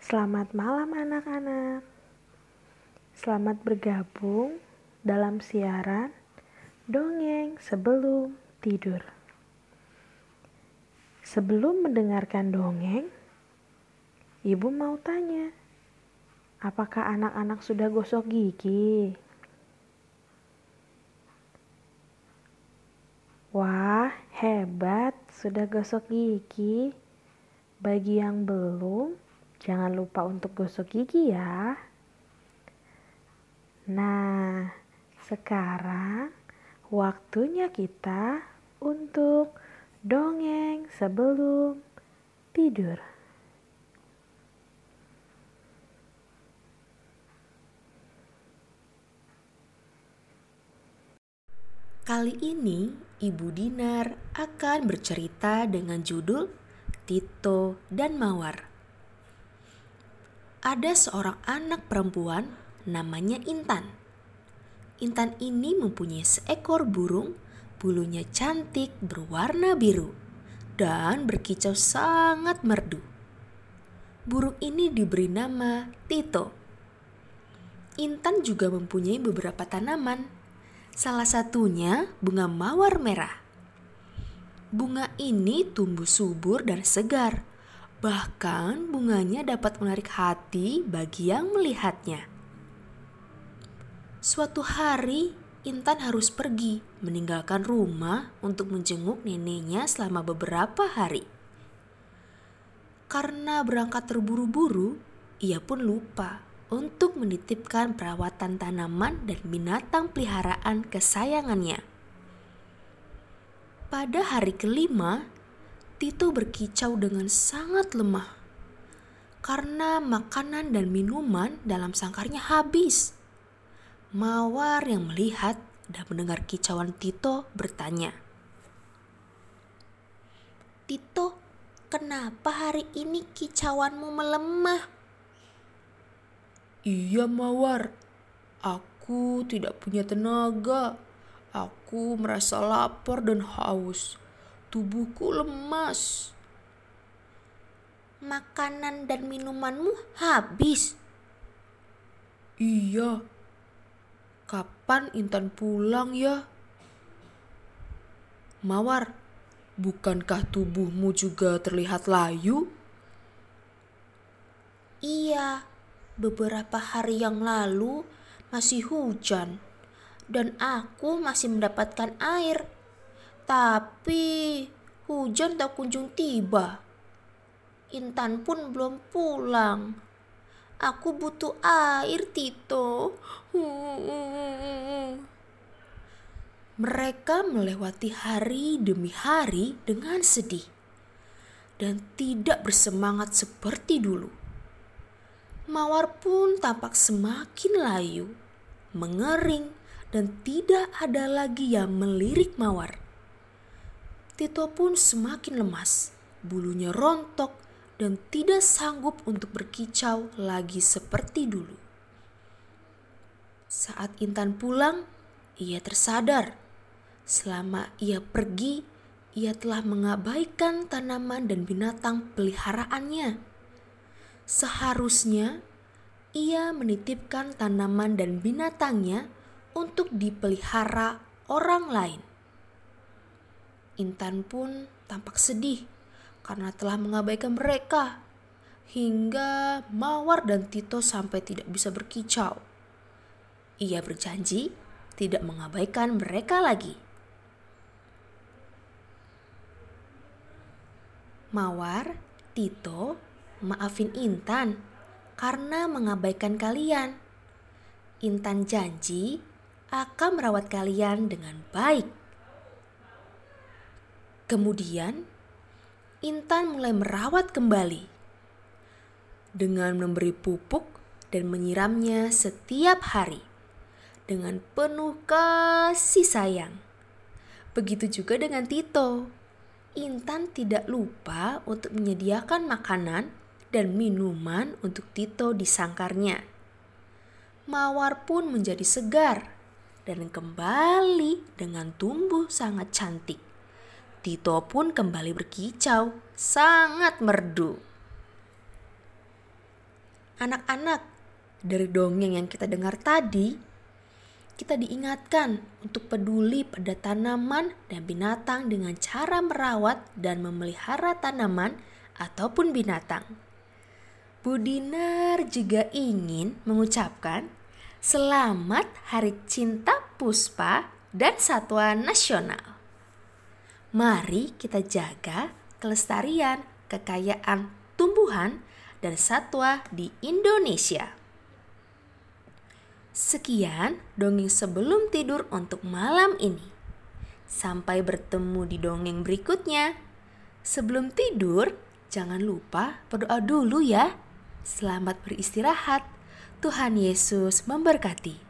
Selamat malam anak-anak. Selamat bergabung dalam siaran Dongeng Sebelum Tidur. Sebelum mendengarkan dongeng, Ibu mau tanya, apakah anak-anak sudah gosok gigi? Wah, hebat, sudah gosok gigi. Bagi yang belum, jangan lupa untuk gosok gigi ya. Nah, sekarang waktunya kita untuk dongeng sebelum tidur. Kali ini Ibu Dinar akan bercerita dengan judul Tito dan Mawar. Ada seorang anak perempuan namanya Intan. Intan ini mempunyai seekor burung, bulunya cantik berwarna biru dan berkicau sangat merdu. Burung ini diberi nama Tito. Intan juga mempunyai beberapa tanaman. Salah satunya bunga mawar merah. Bunga ini tumbuh subur dan segar. Bahkan bunganya dapat menarik hati bagi yang melihatnya. Suatu hari, Intan harus pergi meninggalkan rumah untuk menjenguk neneknya selama beberapa hari. Karena berangkat terburu-buru, ia pun lupa untuk menitipkan perawatan tanaman dan binatang peliharaan kesayangannya. Pada hari kelima, Tito berkicau dengan sangat lemah karena makanan dan minuman dalam sangkarnya habis. Mawar yang melihat dan mendengar kicauan Tito bertanya, "Tito, kenapa hari ini kicauanmu melemah?" Iya Mawar, aku tidak punya tenaga. Aku merasa lapar dan haus. Tubuhku lemas. "Makanan dan minumanmu habis?" Iya. Kapan Intan pulang ya? Mawar, bukankah tubuhmu juga terlihat layu? "Iya, beberapa hari yang lalu masih hujan dan aku masih mendapatkan air. Tapi hujan tak kunjung tiba. Intan pun belum pulang. Aku butuh air, Tito." Mereka melewati hari demi hari dengan sedih dan tidak bersemangat seperti dulu. Mawar pun tampak semakin layu, mengering, dan tidak ada lagi yang melirik Mawar. Tito pun semakin lemas, bulunya rontok, dan tidak sanggup untuk berkicau lagi seperti dulu. Saat Intan pulang, ia tersadar. Selama ia pergi, ia telah mengabaikan tanaman dan binatang peliharaannya. Seharusnya ia menitipkan tanaman dan binatangnya untuk dipelihara orang lain. Intan pun tampak sedih karena telah mengabaikan mereka, hingga Mawar dan Tito sampai tidak bisa berkicau. Ia berjanji tidak mengabaikan mereka lagi. "Mawar, Tito, maafin Intan karena mengabaikan kalian. Intan janji akan merawat kalian dengan baik." Kemudian, Intan mulai merawat kembali dengan memberi pupuk dan menyiramnya setiap hari dengan penuh kasih sayang. Begitu juga dengan Tito. Intan tidak lupa untuk menyediakan makanan dan minuman untuk Tito di sangkarnya. Mawar pun menjadi segar dan kembali dengan tumbuh sangat cantik. Tito pun kembali berkicau, sangat merdu. Anak-anak, dari dongeng yang kita dengar tadi, kita diingatkan untuk peduli pada tanaman dan binatang dengan cara merawat dan memelihara tanaman ataupun binatang. Bu Dinar juga ingin mengucapkan Selamat Hari Cinta Puspa dan Satwa Nasional. Mari kita jaga kelestarian, kekayaan tumbuhan dan satwa di Indonesia. Sekian dongeng sebelum tidur untuk malam ini. Sampai bertemu di dongeng berikutnya. Sebelum tidur, jangan lupa berdoa dulu ya. Selamat beristirahat. Tuhan Yesus memberkati.